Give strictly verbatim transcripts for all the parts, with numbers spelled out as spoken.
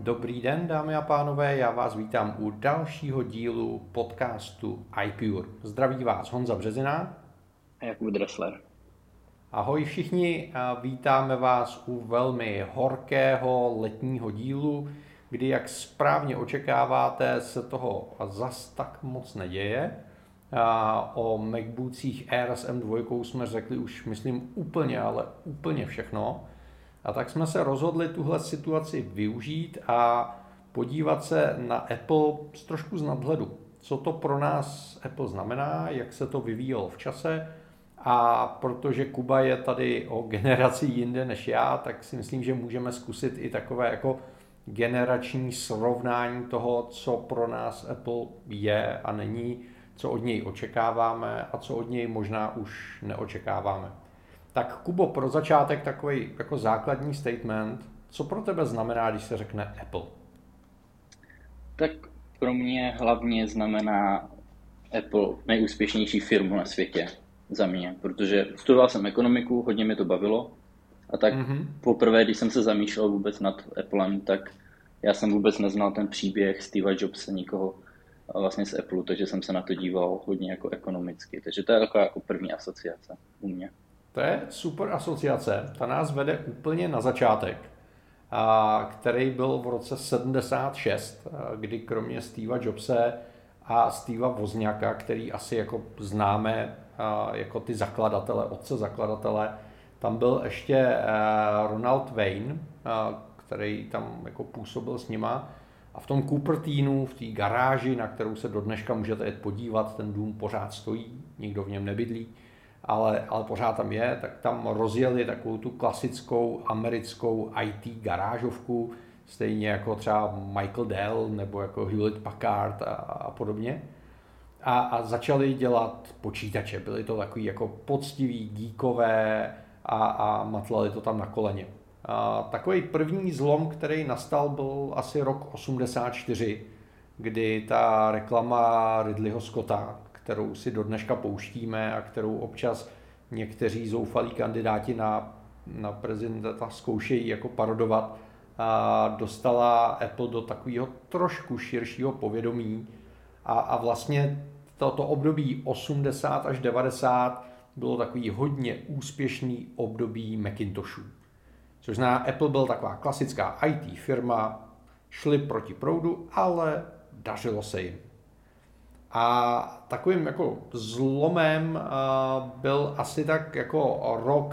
Dobrý den, dámy a pánové, já vás vítám u dalšího dílu podcastu iPure. Zdraví vás Honza Březina. A Jakub Dressler. Ahoj všichni, a vítáme vás u velmi horkého letního dílu, kdy, jak správně očekáváte, se toho zas tak moc neděje. A o MacBookích Air s M dva jsme řekli už, myslím, úplně, ale úplně všechno. A tak jsme se rozhodli tuhle situaci využít a podívat se na Apple z trošku z nadhledu. Co to pro nás Apple znamená, jak se to vyvíjelo v čase, a protože Kuba je tady o generaci jinde než já, tak si myslím, že můžeme zkusit i takové jako generační srovnání toho, co pro nás Apple je a není, co od něj očekáváme a co od něj možná už neočekáváme. Tak Kubo, pro začátek takový jako základní statement. Co pro tebe znamená, když se řekne Apple? Tak pro mě hlavně znamená Apple nejúspěšnější firmu na světě za mě, protože studoval jsem ekonomiku, hodně mě to bavilo a tak mm-hmm. poprvé, když jsem se zamýšlel vůbec nad Applem, tak já jsem vůbec neznal ten příběh Steva Jobse, nikoho vlastně z Apple, takže jsem se na to díval hodně jako ekonomicky, takže to je taková jako první asociace u mě. To je super asociace, ta nás vede úplně na začátek, a který byl v roce sedmdesát šest, kdy kromě Steva Jobse a Steva Wozniaka, který asi jako známe jako ty zakladatele, otce zakladatele, tam byl ještě Ronald Wayne, který tam jako působil s nima. A v tom Cupertinu, v té garáži, na kterou se do dneška můžete jet podívat, ten dům pořád stojí, nikdo v něm nebydlí, ale, ale pořád tam je, tak tam rozjeli takovou tu klasickou americkou í té garážovku, stejně jako třeba Michael Dell nebo jako Hewlett Packard a, a podobně. A, a začali dělat počítače, byly to takový jako poctiví geekové a, a matlali to tam na koleně. A takový první zlom, který nastal, byl asi rok osmdesát čtyři, kdy ta reklama Ridleyho Scotta, kterou si do dneška pouštíme a kterou občas někteří zoufalí kandidáti na, na prezidenta zkoušejí jako parodovat, a dostala Apple do takového trošku širšího povědomí. A, a vlastně toto období osmdesát až devadesát bylo takový hodně úspěšný období Macintoshu. Což znamená, Apple byl taková klasická í té firma, šli proti proudu, ale dařilo se jim. A takovým jako zlomem byl asi tak jako rok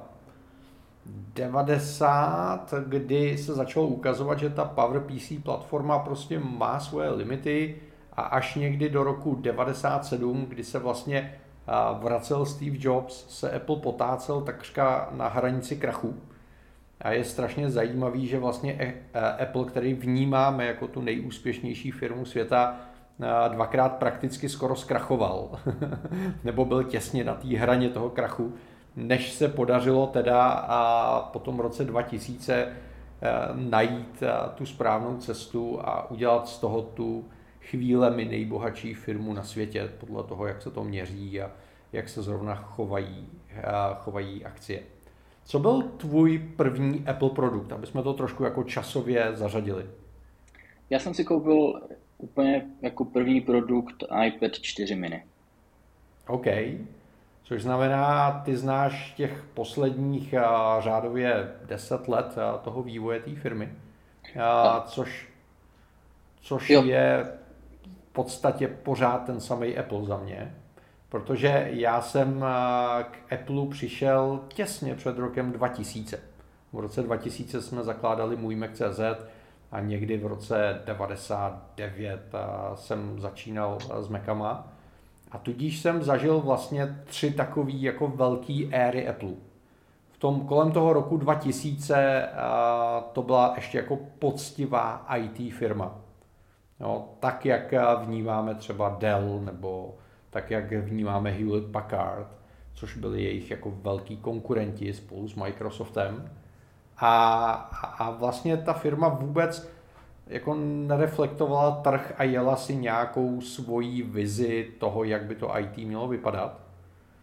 devadesát, kdy se začalo ukazovat, že ta PowerPC platforma prostě má svoje limity, a až někdy do roku devadesát sedm, kdy se vlastně vracel Steve Jobs, se Apple potácel takřka na hranici krachu. A je strašně zajímavý, že vlastně Apple, který vnímáme jako tu nejúspěšnější firmu světa, dvakrát prakticky skoro zkrachoval. Nebo byl těsně na té hraně toho krachu, než se podařilo teda a po tom roce dva tisíce najít tu správnou cestu a udělat z toho tu chvílemi nejbohatší firmu na světě, podle toho, jak se to měří a jak se zrovna chovají, chovají akcie. Co byl tvůj první Apple produkt, aby jsme to trošku jako časově zařadili? Já jsem si koupil úplně jako první produkt iPad čtyři mini. OK, což znamená, ty znáš těch posledních řádově deset let toho vývoje té firmy, což, což je v podstatě pořád ten samý Apple za mě. Protože já jsem k Apple přišel těsně před rokem dva tisíce. V roce dva tisíce jsme zakládali můj Mac tečka cé zet a někdy v roce devadesát devět jsem začínal s Macama. A tudíž jsem zažil vlastně tři takový jako velký éry Apple. V tom kolem toho roku dva tisíce to byla ještě jako poctivá í té firma. No, tak, jak vnímáme třeba Dell nebo tak jak vnímáme Hewlett Packard, což byli jejich jako velký konkurenti spolu s Microsoftem. A, a vlastně ta firma vůbec jako nereflektovala trh a jela si nějakou svoji vizi toho, jak by to í té mělo vypadat.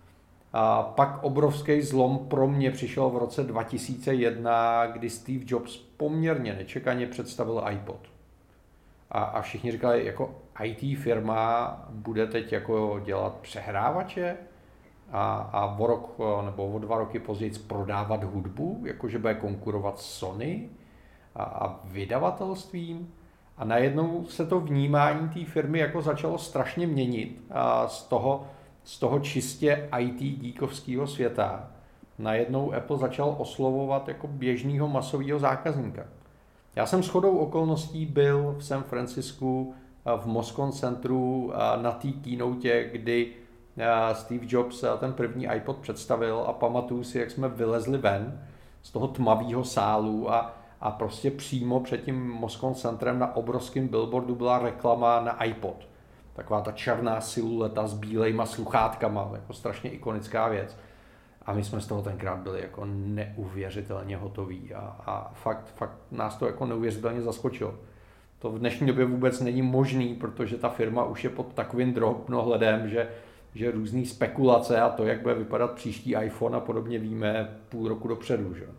A pak obrovský zlom pro mě přišel v roce dva tisíce jedna, kdy Steve Jobs poměrně nečekaně představil iPod. A, a všichni říkali, jako í té firma bude teď jako dělat přehrávače a, a o rok nebo o dva roky později prodávat hudbu, jakože bude konkurovat Sony a, a vydavatelstvím. A najednou se to vnímání té firmy jako začalo strašně měnit a z toho, z toho čistě í té geekovského světa najednou Apple začal oslovovat jako běžného masového zákazníka. Já jsem shodou okolností byl v San Francisku v Moscone Centru na té keynote, kdy Steve Jobs ten první iPod představil a pamatuju si, jak jsme vylezli ven z toho tmavého sálu a, a prostě přímo před tím Moscone Centrem na obrovském billboardu byla reklama na iPod. Taková ta černá silueta s bílejma sluchátkama, jako strašně ikonická věc. A my jsme z toho tenkrát byli jako neuvěřitelně hotoví a, a fakt, fakt nás to jako neuvěřitelně zaskočilo. To v dnešní době vůbec není možný, protože ta firma už je pod takovým drobnohledem, že, že různý spekulace a to, jak bude vypadat příští iPhone a podobně víme půl roku dopředu. Že?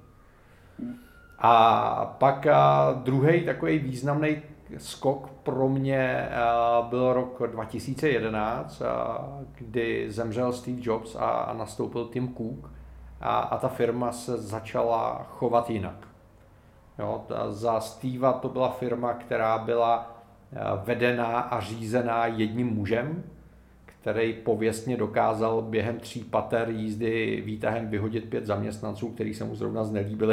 A pak druhý takový významný skok pro mě byl rok dva tisíce jedenáct, kdy zemřel Steve Jobs a nastoupil Tim Cook a, a ta firma se začala chovat jinak. Jo, za Steva to byla firma, která byla vedená a řízená jedním mužem, který pověstně dokázal během tří pater jízdy výtahem vyhodit pět zaměstnanců, kteří se mu zrovna znelíbili.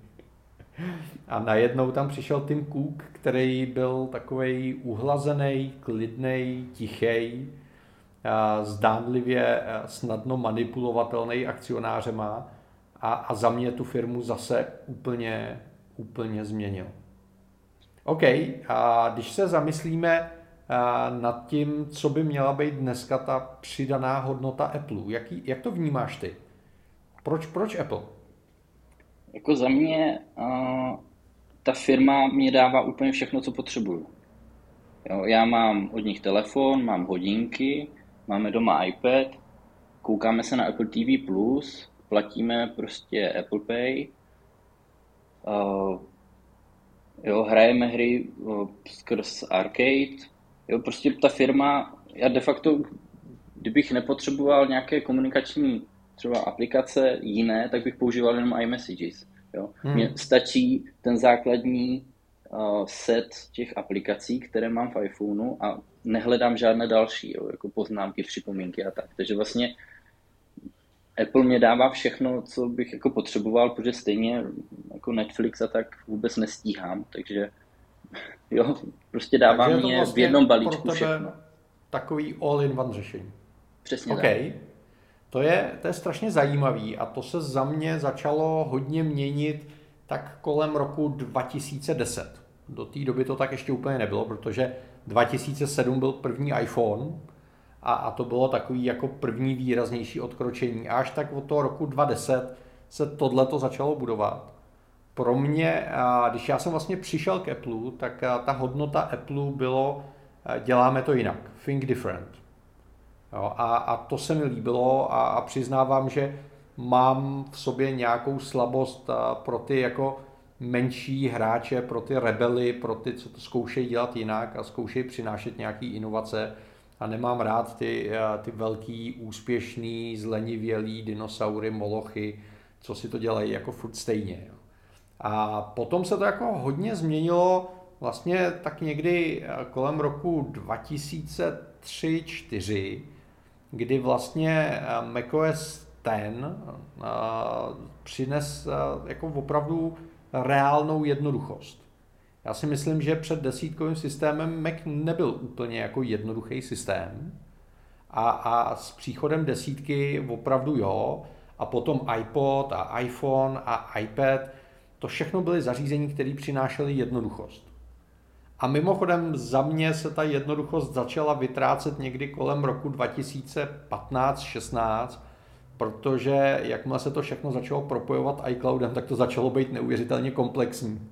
A najednou tam přišel Tim Cook, který byl takovej uhlazený, klidnej, tichý, zdánlivě snadno manipulovatelný akcionářema a, a za mě tu firmu zase úplně, úplně změnil. OK, a když se zamyslíme nad tím, co by měla být dneska ta přidaná hodnota Apple, jaký, jak to vnímáš ty? Proč, proč Apple? Jako za mě uh, ta firma mě dává úplně všechno, co potřebuju. Jo, já mám od nich telefon, mám hodinky, máme doma iPad, koukáme se na Apple T V plus, platíme prostě Apple Pay, uh, jo, hrajeme hry uh, skrz arcade. Jo, prostě ta firma, já de facto, kdybych nepotřeboval nějaké komunikační třeba aplikace jiné, tak bych používal jenom iMessages. Jo. Hmm. Mně stačí ten základní uh, set těch aplikací, které mám v iPhoneu a nehledám žádné další, jo, jako poznámky, připomínky a tak. Takže vlastně Apple mě dává všechno, co bych jako potřeboval, protože stejně jako Netflix a tak vůbec nestíhám, takže jo, prostě dává takže mě vlastně v jednom balíčku všechno. Takový all-in-one řešení. Přesně okay. Tak. To je, to je strašně zajímavý a to se za mě začalo hodně měnit tak kolem roku dva tisíce deset. Do té doby to tak ještě úplně nebylo, protože dva tisíce sedm byl první iPhone a, a to bylo takový jako první výraznější odkročení. A až tak od toho roku dva tisíce deset se tohleto začalo budovat. Pro mě, když já jsem vlastně přišel k Apple, tak ta hodnota Apple bylo, děláme to jinak, think different. Jo, a, a to se mi líbilo a, a přiznávám, že mám v sobě nějakou slabost pro ty jako menší hráče, pro ty rebely, pro ty, co to zkoušejí dělat jinak a zkoušejí přinášet nějaké inovace a nemám rád ty, ty velký, úspěšný, zlenivělý dinosaury, molochy, co si to dělají jako furt stejně. Jo. A potom se to jako hodně změnilo vlastně tak někdy kolem roku dva tisíce tři čtyři, kdy vlastně macOS deset přines jako opravdu reálnou jednoduchost. Já si myslím, že před desítkovým systémem Mac nebyl úplně jako jednoduchý systém a, a s příchodem desítky opravdu jo a potom iPod a iPhone a iPad, to všechno byly zařízení, které přinášely jednoduchost. A mimochodem za mě se ta jednoduchost začala vytrácet někdy kolem roku dva tisíce patnáct šestnáct, protože jakmile se to všechno začalo propojovat iCloudem, tak to začalo být neuvěřitelně komplexní.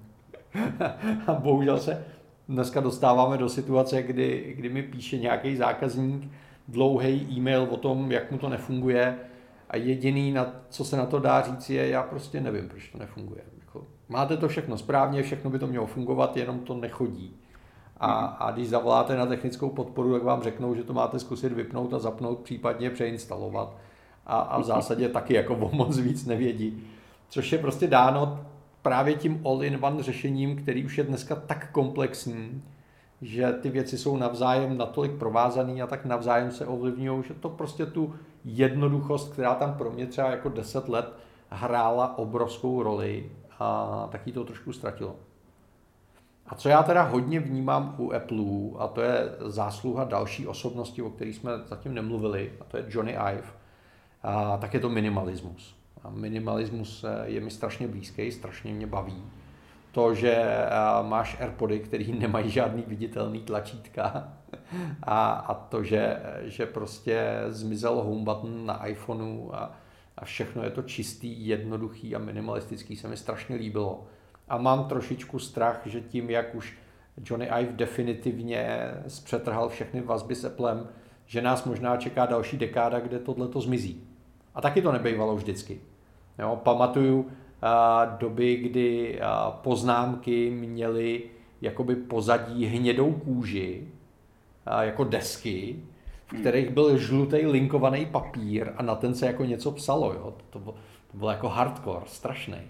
A bohužel se dneska dostáváme do situace, kdy, kdy mi píše nějaký zákazník dlouhý e-mail o tom, jak mu to nefunguje a jediný, na, co se na to dá říct, je, já prostě nevím, proč to nefunguje. Jako, máte to všechno správně, všechno by to mělo fungovat, jenom to nechodí. A, a když zavoláte na technickou podporu, tak vám řeknou, že to máte zkusit vypnout a zapnout, případně přeinstalovat. A, a v zásadě taky jako o moc víc nevědí. Což je prostě dáno právě tím all-in-one řešením, který už je dneska tak komplexní, že ty věci jsou navzájem natolik provázaný a tak navzájem se ovlivňují, že to prostě tu jednoduchost, která tam pro mě třeba jako deset let hrála obrovskou roli, a taky to trošku ztratilo. A co já teda hodně vnímám u Apple, a to je zásluha další osobnosti, o kterých jsme zatím nemluvili, a to je Johnny Ive, a tak je to minimalismus. A minimalismus je mi strašně blízký, strašně mě baví. To, že máš AirPody, který nemají žádný viditelný tlačítka, a, a to, že, že prostě zmizel home button na iPhoneu a, a všechno je to čistý, jednoduchý a minimalistický, se mi strašně líbilo. A mám trošičku strach, že tím, jak už Johnny Ive definitivně zpřetrhal všechny vazby s Applem, že nás možná čeká další dekáda, kde tohleto zmizí. A taky to nebejvalo vždycky. Jo, pamatuju uh, doby, kdy uh, poznámky měly jakoby pozadí hnědou kůži, uh, jako desky, v kterých byl žlutý linkovaný papír a na ten se jako něco psalo. Jo. To, bylo, to bylo jako hardcore, strašný.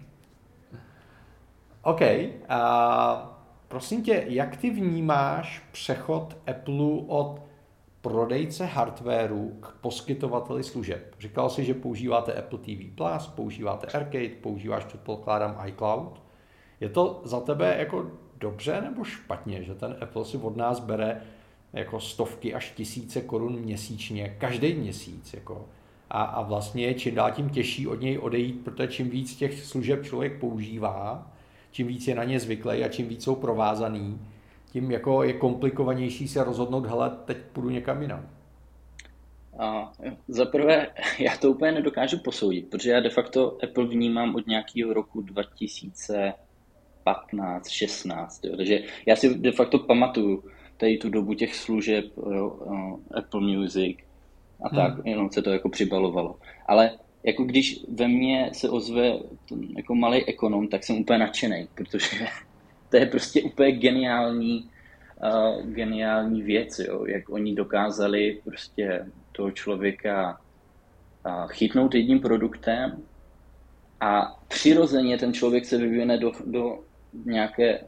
OK. Uh, prosím tě, jak ty vnímáš přechod Apple od prodejce hardwaru k poskytovateli služeb? Říkal jsi, že používáte Apple T V Plus, používáte Arcade, používáš, předpokládám, iCloud. Je to za tebe jako dobře nebo špatně, že ten Apple si od nás bere jako stovky až tisíce korun měsíčně, každý měsíc, jako, a, a vlastně je čím dál tím těžší od něj odejít, protože čím víc těch služeb člověk používá, čím víc je na ně zvyklý a čím víc jsou provázaný, tím jako je komplikovanější se rozhodnout, hele, teď půjdu někam jinam. A za prvé, já to úplně nedokážu posoudit, protože já de facto Apple vnímám od nějakého roku dva tisíce patnáct šestnáct, jo. Takže já si de facto pamatuju tady tu dobu těch služeb, jo, Apple Music a tak, hmm. jenom se to jako přibalovalo. Ale jako když ve mně se ozve ten jako malý ekonom, tak jsem úplně nadšenej, protože to je prostě úplně geniální, uh, geniální věc, jo? Jak oni dokázali prostě toho člověka uh, chytnout jedním produktem a přirozeně ten člověk se vyvine do, do nějaké,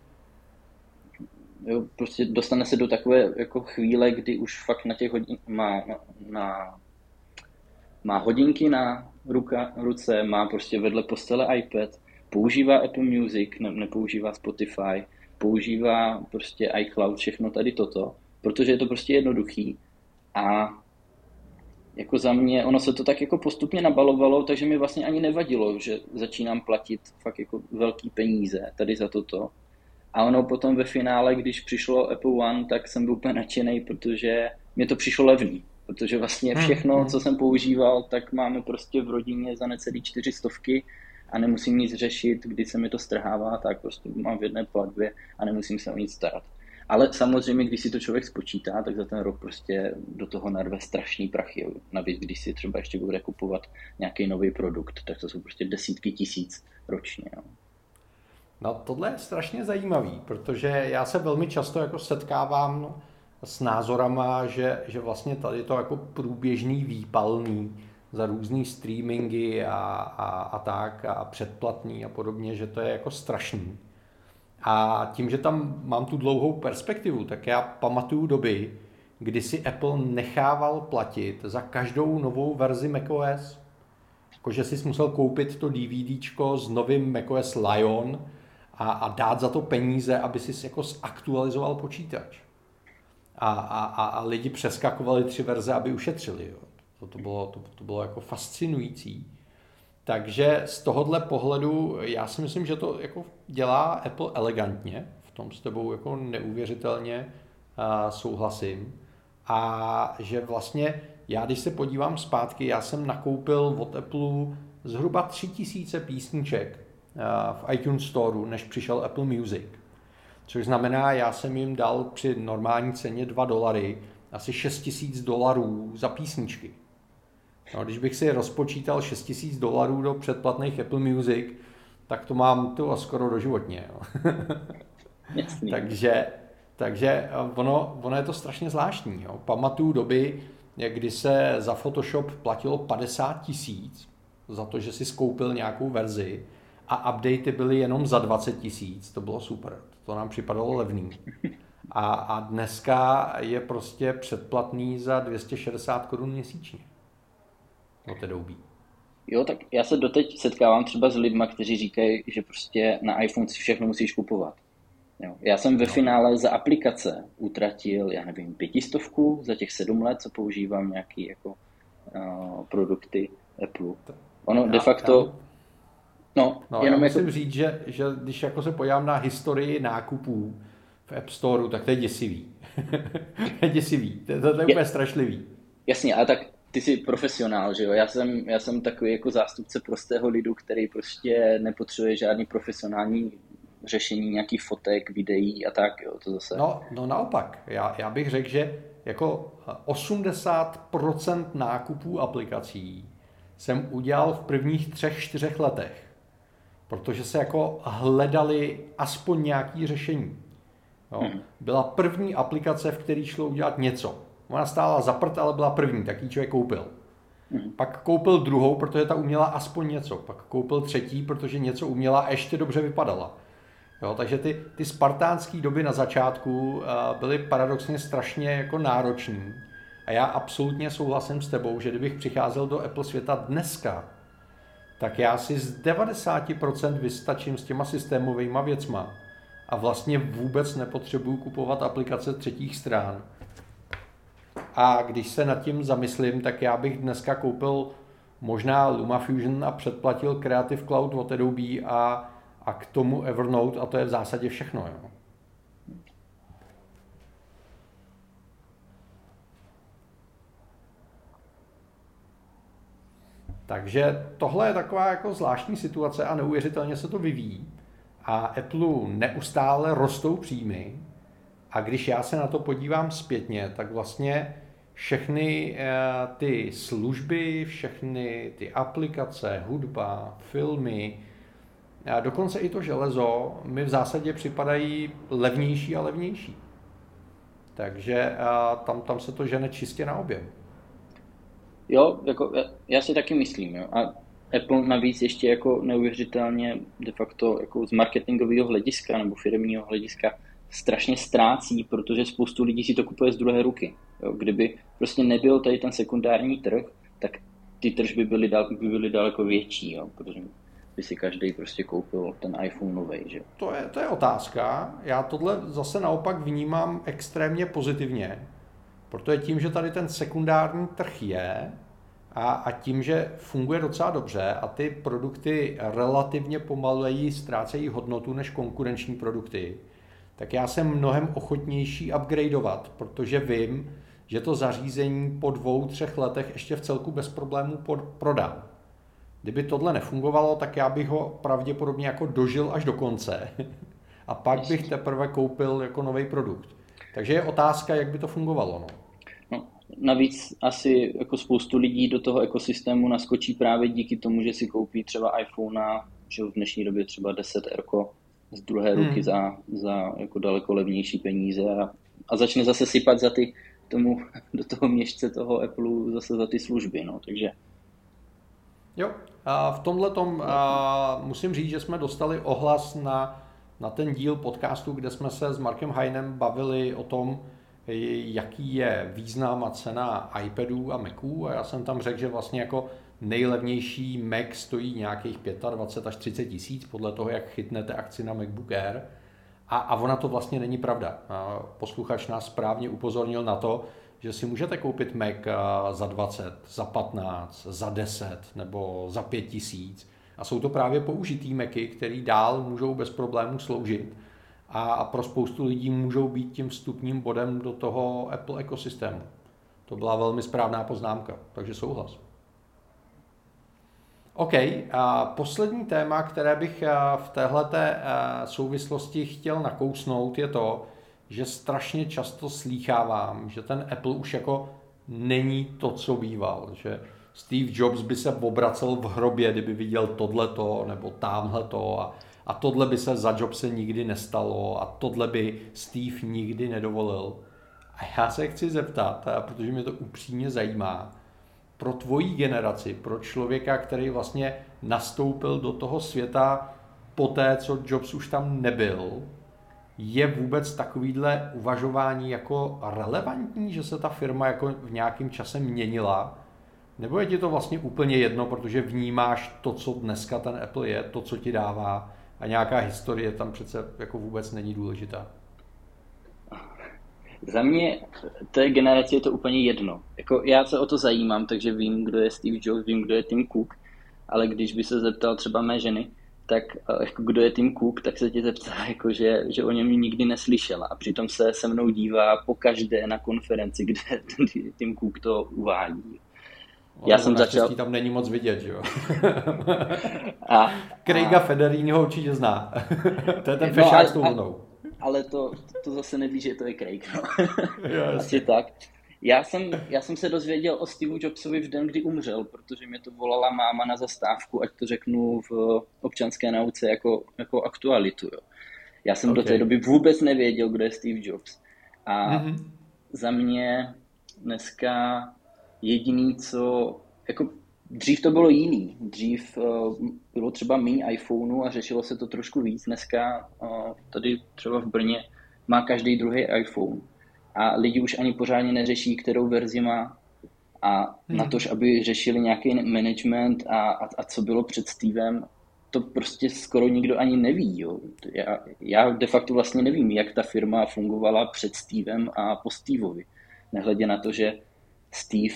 jo, prostě dostane se do takové jako chvíle, kdy už fakt na těch hodin, má, na, na, má hodinky na ruka, ruce, má prostě vedle postele iPad, používá Apple Music, ne, nepoužívá Spotify, používá prostě iCloud, všechno tady toto, protože je to prostě jednoduchý. A jako za mě, ono se to tak jako postupně nabalovalo, takže mi vlastně ani nevadilo, že začínám platit fakt jako velký peníze tady za toto. A ono potom ve finále, když přišlo Apple One, tak jsem byl úplně nadšenej, protože mě to přišlo levný. Protože vlastně všechno, co jsem používal, tak máme prostě v rodině za necelý čtyři stovky a nemusím nic řešit, kdy se mi to strhává, tak prostě mám v jedné platbě a nemusím se o nic starat. Ale samozřejmě, když si to člověk spočítá, tak za ten rok prostě do toho narve strašný prachy. Navíc, když si třeba ještě bude kupovat nějaký nový produkt, tak to jsou prostě desítky tisíc ročně. No. No tohle je strašně zajímavý, protože já se velmi často jako setkávám s názorama, že, že vlastně tady to jako průběžný výpalný za různý streamingy a, a, a tak a předplatný a podobně, že to je jako strašný. A tím, že tam mám tu dlouhou perspektivu, tak já pamatuju doby, kdy si Apple nechával platit za každou novou verzi macOS. Jakože jsi musel koupit to DVDčko s novým macOS Lion a, a dát za to peníze, aby si jako zaktualizoval počítač. A, a, a lidi přeskakovali tři verze, aby ušetřili. Jo. To, to, bylo, to, to bylo jako fascinující. Takže z tohohle pohledu já si myslím, že to jako dělá Apple elegantně. V tom s tebou jako neuvěřitelně uh, souhlasím. A že vlastně já, když se podívám zpátky, já jsem nakoupil od Apple zhruba tři tisíce písniček uh, v iTunes Storeu, než přišel Apple Music. Což znamená, já jsem jim dal při normální ceně dva dolary asi šest tisíc dolarů za písničky. No, když bych si rozpočítal šest tisíc dolarů do předplatných Apple Music, tak to mám tu skoro doživotně. takže, takže ono, ono je to strašně zvláštní. Jo. Pamatuju doby, kdy se za Photoshop platilo padesát tisíc za to, že si skoupil nějakou verzi a updaty byly jenom za dvacet tisíc. To bylo super. To nám připadalo levný. A, a dneska je prostě předplatný za dvě stě šedesát korun měsíčně. No to doubí. Jo, tak já se doteď setkávám třeba s lidma, kteří říkají, že prostě na iPhone si všechno musíš kupovat. Jo. Já jsem ve no. finále za aplikace utratil, já nevím, pětistovku za těch sedm let, co používám nějaký jako uh, produkty Apple. Ono já, de facto... Já... No, no, jenom já musím jako... říct, že, že když jako se podívám na historii nákupů v App Storeu, tak to je děsivý. to je děsivý, to, to, to je úplně je... strašlivý. Jasně, ale tak ty jsi profesionál, že jo? Já jsem, já jsem takový jako zástupce prostého lidu, který prostě nepotřebuje žádný profesionální řešení nějakých fotek, videí a tak, jo, to zase. No, no naopak, já, já bych řekl, že jako osmdesát procent nákupů aplikací jsem udělal v prvních třech, čtyřech letech, protože se jako hledali aspoň nějaké řešení. Jo. Hmm. Byla první aplikace, v které šlo udělat něco. Ona stála za prd, ale byla první, tak ji člověk koupil. Hmm. Pak koupil druhou, protože ta uměla aspoň něco. Pak koupil třetí, protože něco uměla a ještě dobře vypadala. Jo, takže ty, ty spartánské doby na začátku uh, byly paradoxně strašně jako náročný. A já absolutně souhlasím s tebou, že kdybych přicházel do Apple světa dneska, tak já si z devadesát procent vystačím s těma systémovejma věcma a vlastně vůbec nepotřebuju kupovat aplikace třetích stran. A když se nad tím zamyslím, tak já bych dneska koupil možná LumaFusion a předplatil Creative Cloud od Adobe a, a k tomu Evernote a to je v zásadě všechno. Jo. Takže tohle je taková jako zvláštní situace a neuvěřitelně se to vyvíjí. A Apple neustále rostou příjmy. A když já se na to podívám zpětně, tak vlastně všechny ty služby, všechny ty aplikace, hudba, filmy, a dokonce i to železo mi v zásadě připadají levnější a levnější. Takže tam, tam se to žene čistě na objem. Jo, jako já si taky myslím, jo. A Apple navíc ještě jako neuvěřitelně de facto jako z marketingového hlediska nebo firemního hlediska strašně ztrácí, protože spoustu lidí si to kupuje z druhé ruky. Jo. Kdyby prostě nebyl tady ten sekundární trh, tak ty tržby byly, dal, by byly daleko větší, jo, protože by si každý prostě koupil ten iPhone novej, že? To je, to je otázka. Já tohle zase naopak vnímám extrémně pozitivně, protože tím, že tady ten sekundární trh je a, a tím, že funguje docela dobře a ty produkty relativně pomaleji ztrácejí hodnotu než konkurenční produkty, tak já jsem mnohem ochotnější upgradeovat, protože vím, že to zařízení po dvou, třech letech ještě v celku bez problémů prodám. Kdyby tohle nefungovalo, tak já bych ho pravděpodobně jako dožil až do konce a pak bych teprve koupil jako nový produkt. Takže je otázka, jak by to fungovalo. No. No, navíc asi jako spoustu lidí do toho ekosystému naskočí právě díky tomu, že si koupí třeba iPhone, že v dnešní době třeba deset R z druhé ruky hmm. za, za jako daleko levnější peníze a, a začne zase sypat za ty, tomu, do toho měšce toho Apple zase za ty služby. No, takže... Jo, a v tomhletom a musím říct, že jsme dostali ohlas na, na ten díl podcastu, kde jsme se s Markem Hainem bavili o tom, jaký je význam a cena iPadů a Maců a já jsem tam řekl, že vlastně jako nejlevnější Mac stojí nějakých dvacet pět až třicet tisíc podle toho, jak chytnete akci na MacBook Air a, a ona to vlastně není pravda. Posluchač nás správně upozornil na to, že si můžete koupit Mac za dvacet, za patnáct, za deset nebo za pět tisíc a jsou to právě použitý Macy, které dál můžou bez problémů sloužit a pro spoustu lidí můžou být tím vstupním bodem do toho Apple ekosystému. To byla velmi správná poznámka, takže souhlas. OK, a poslední téma, které bych v téhleté souvislosti chtěl nakousnout, je to, že strašně často slýchávám, že ten Apple už jako není to, co býval, že Steve Jobs by se obracel v hrobě, kdyby viděl tohleto nebo tamhleto a, a tohle by se za Jobse nikdy nestalo a tohle by Steve nikdy nedovolil. A já se chci zeptat, protože mě to upřímně zajímá, pro tvoji generaci, pro člověka, který vlastně nastoupil do toho světa po té, co Jobs už tam nebyl, je vůbec takovýhle uvažování jako relevantní, že se ta firma jako v nějakém čase měnila? Nebo je ti to vlastně úplně jedno, protože vnímáš to, co dneska ten Apple je, to, co ti dává a nějaká historie tam přece jako vůbec není důležitá? Za mě té generaci je to úplně jedno. Jako já se o to zajímám, takže vím, kdo je Steve Jobs, vím, kdo je Tim Cook, ale když by se zeptal třeba mé ženy, tak jako kdo je Tim Cook, tak se tě zeptá, jako, že, že o něm nikdy neslyšela. A přitom se se mnou dívá po každé na konferenci, kde Tim Cook to uvádí. Já jsem začal... tam není moc vidět, že jo? A, Craiga a... Federiniho určitě zná. To je ten fešák no, ale, s tou vlnou. Ale to, to zase neví, že to je Craig. No. Asi tak. Já jsem, já jsem se dozvěděl o Steve Jobsovi v den, kdy umřel, protože mě to volala máma na zastávku, ať to řeknu v občanské nauce jako, jako aktualitu. Jo. Já jsem okay. do té doby vůbec nevěděl, kdo je Steve Jobs. A mm-hmm. za mě dneska jediný, co... Jako dřív to bylo jiný. Dřív uh, bylo třeba méně iPhoneu a řešilo se to trošku víc. Dneska uh, tady třeba v Brně má každý druhý iPhone. A lidi už ani pořádně neřeší, kterou verzi má. A hmm. na tož, aby řešili nějaký management a, a, a co bylo před Stevem, to prostě skoro nikdo ani neví. Jo. Já, já de facto vlastně nevím, jak ta firma fungovala před Stevem a po Steveovi. Nehledě na to, že Steve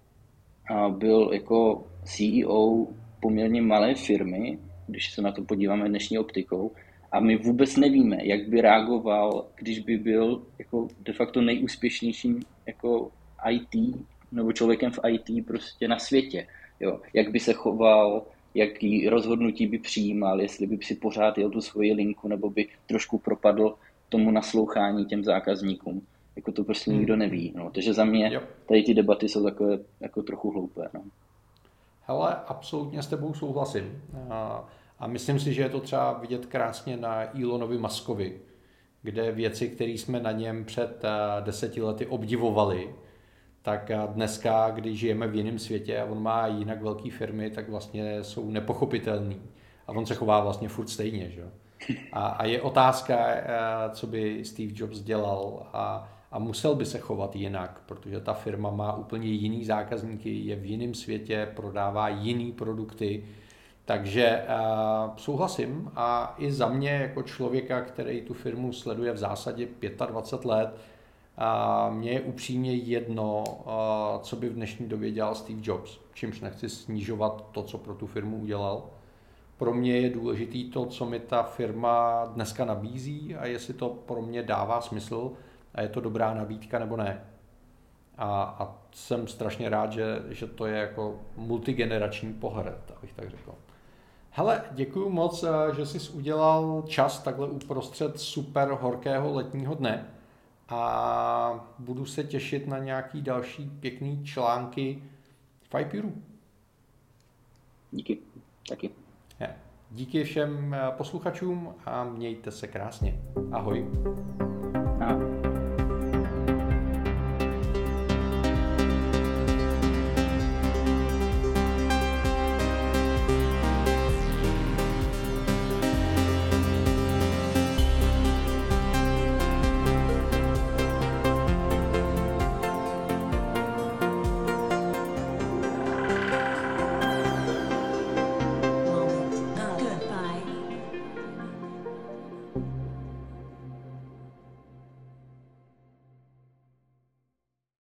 byl jako C E O poměrně malé firmy, když se na to podíváme dnešní optikou, a my vůbec nevíme, jak by reagoval, když by byl jako de facto nejúspěšnějším jako I T nebo člověkem v I T prostě na světě. Jo. Jak by se choval, jaký rozhodnutí by přijímal, jestli by si pořád jel tu svoji linku, nebo by trošku propadl tomu naslouchání těm zákazníkům. Jako to prostě nikdo hmm. neví. No. Takže za mě jo. tady ty debaty jsou takové jako trochu hloupé. No. Hele, absolutně s tebou souhlasím. A, a myslím si, že je to třeba vidět krásně na Elonovi Muskovi, kde věci, které jsme na něm před deseti lety obdivovali, tak dneska, když žijeme v jiném světě a on má jinak velké firmy, tak vlastně jsou nepochopitelný. A on se chová vlastně furt stejně. Že? A, a je otázka, co by Steve Jobs dělal a A musel by se chovat jinak, protože ta firma má úplně jiný zákazníky, je v jiném světě, prodává jiný produkty. Takže uh, souhlasím a i za mě jako člověka, který tu firmu sleduje v zásadě dvacet pět let, uh, mně je upřímně jedno, uh, co by v dnešní době dělal Steve Jobs, čímž nechci snižovat to, co pro tu firmu udělal. Pro mě je důležitý to, co mi ta firma dneska nabízí a jestli to pro mě dává smysl, a je to dobrá nabídka nebo ne. A, a jsem strašně rád, že, že to je jako multigenerační pohled, abych tak řekl. Hele, děkuju moc, že jsi udělal čas takhle uprostřed super horkého letního dne a budu se těšit na nějaký další pěkný články v iPuru. Díky, taky. Díky všem posluchačům a mějte se krásně. Ahoj. Ahoj.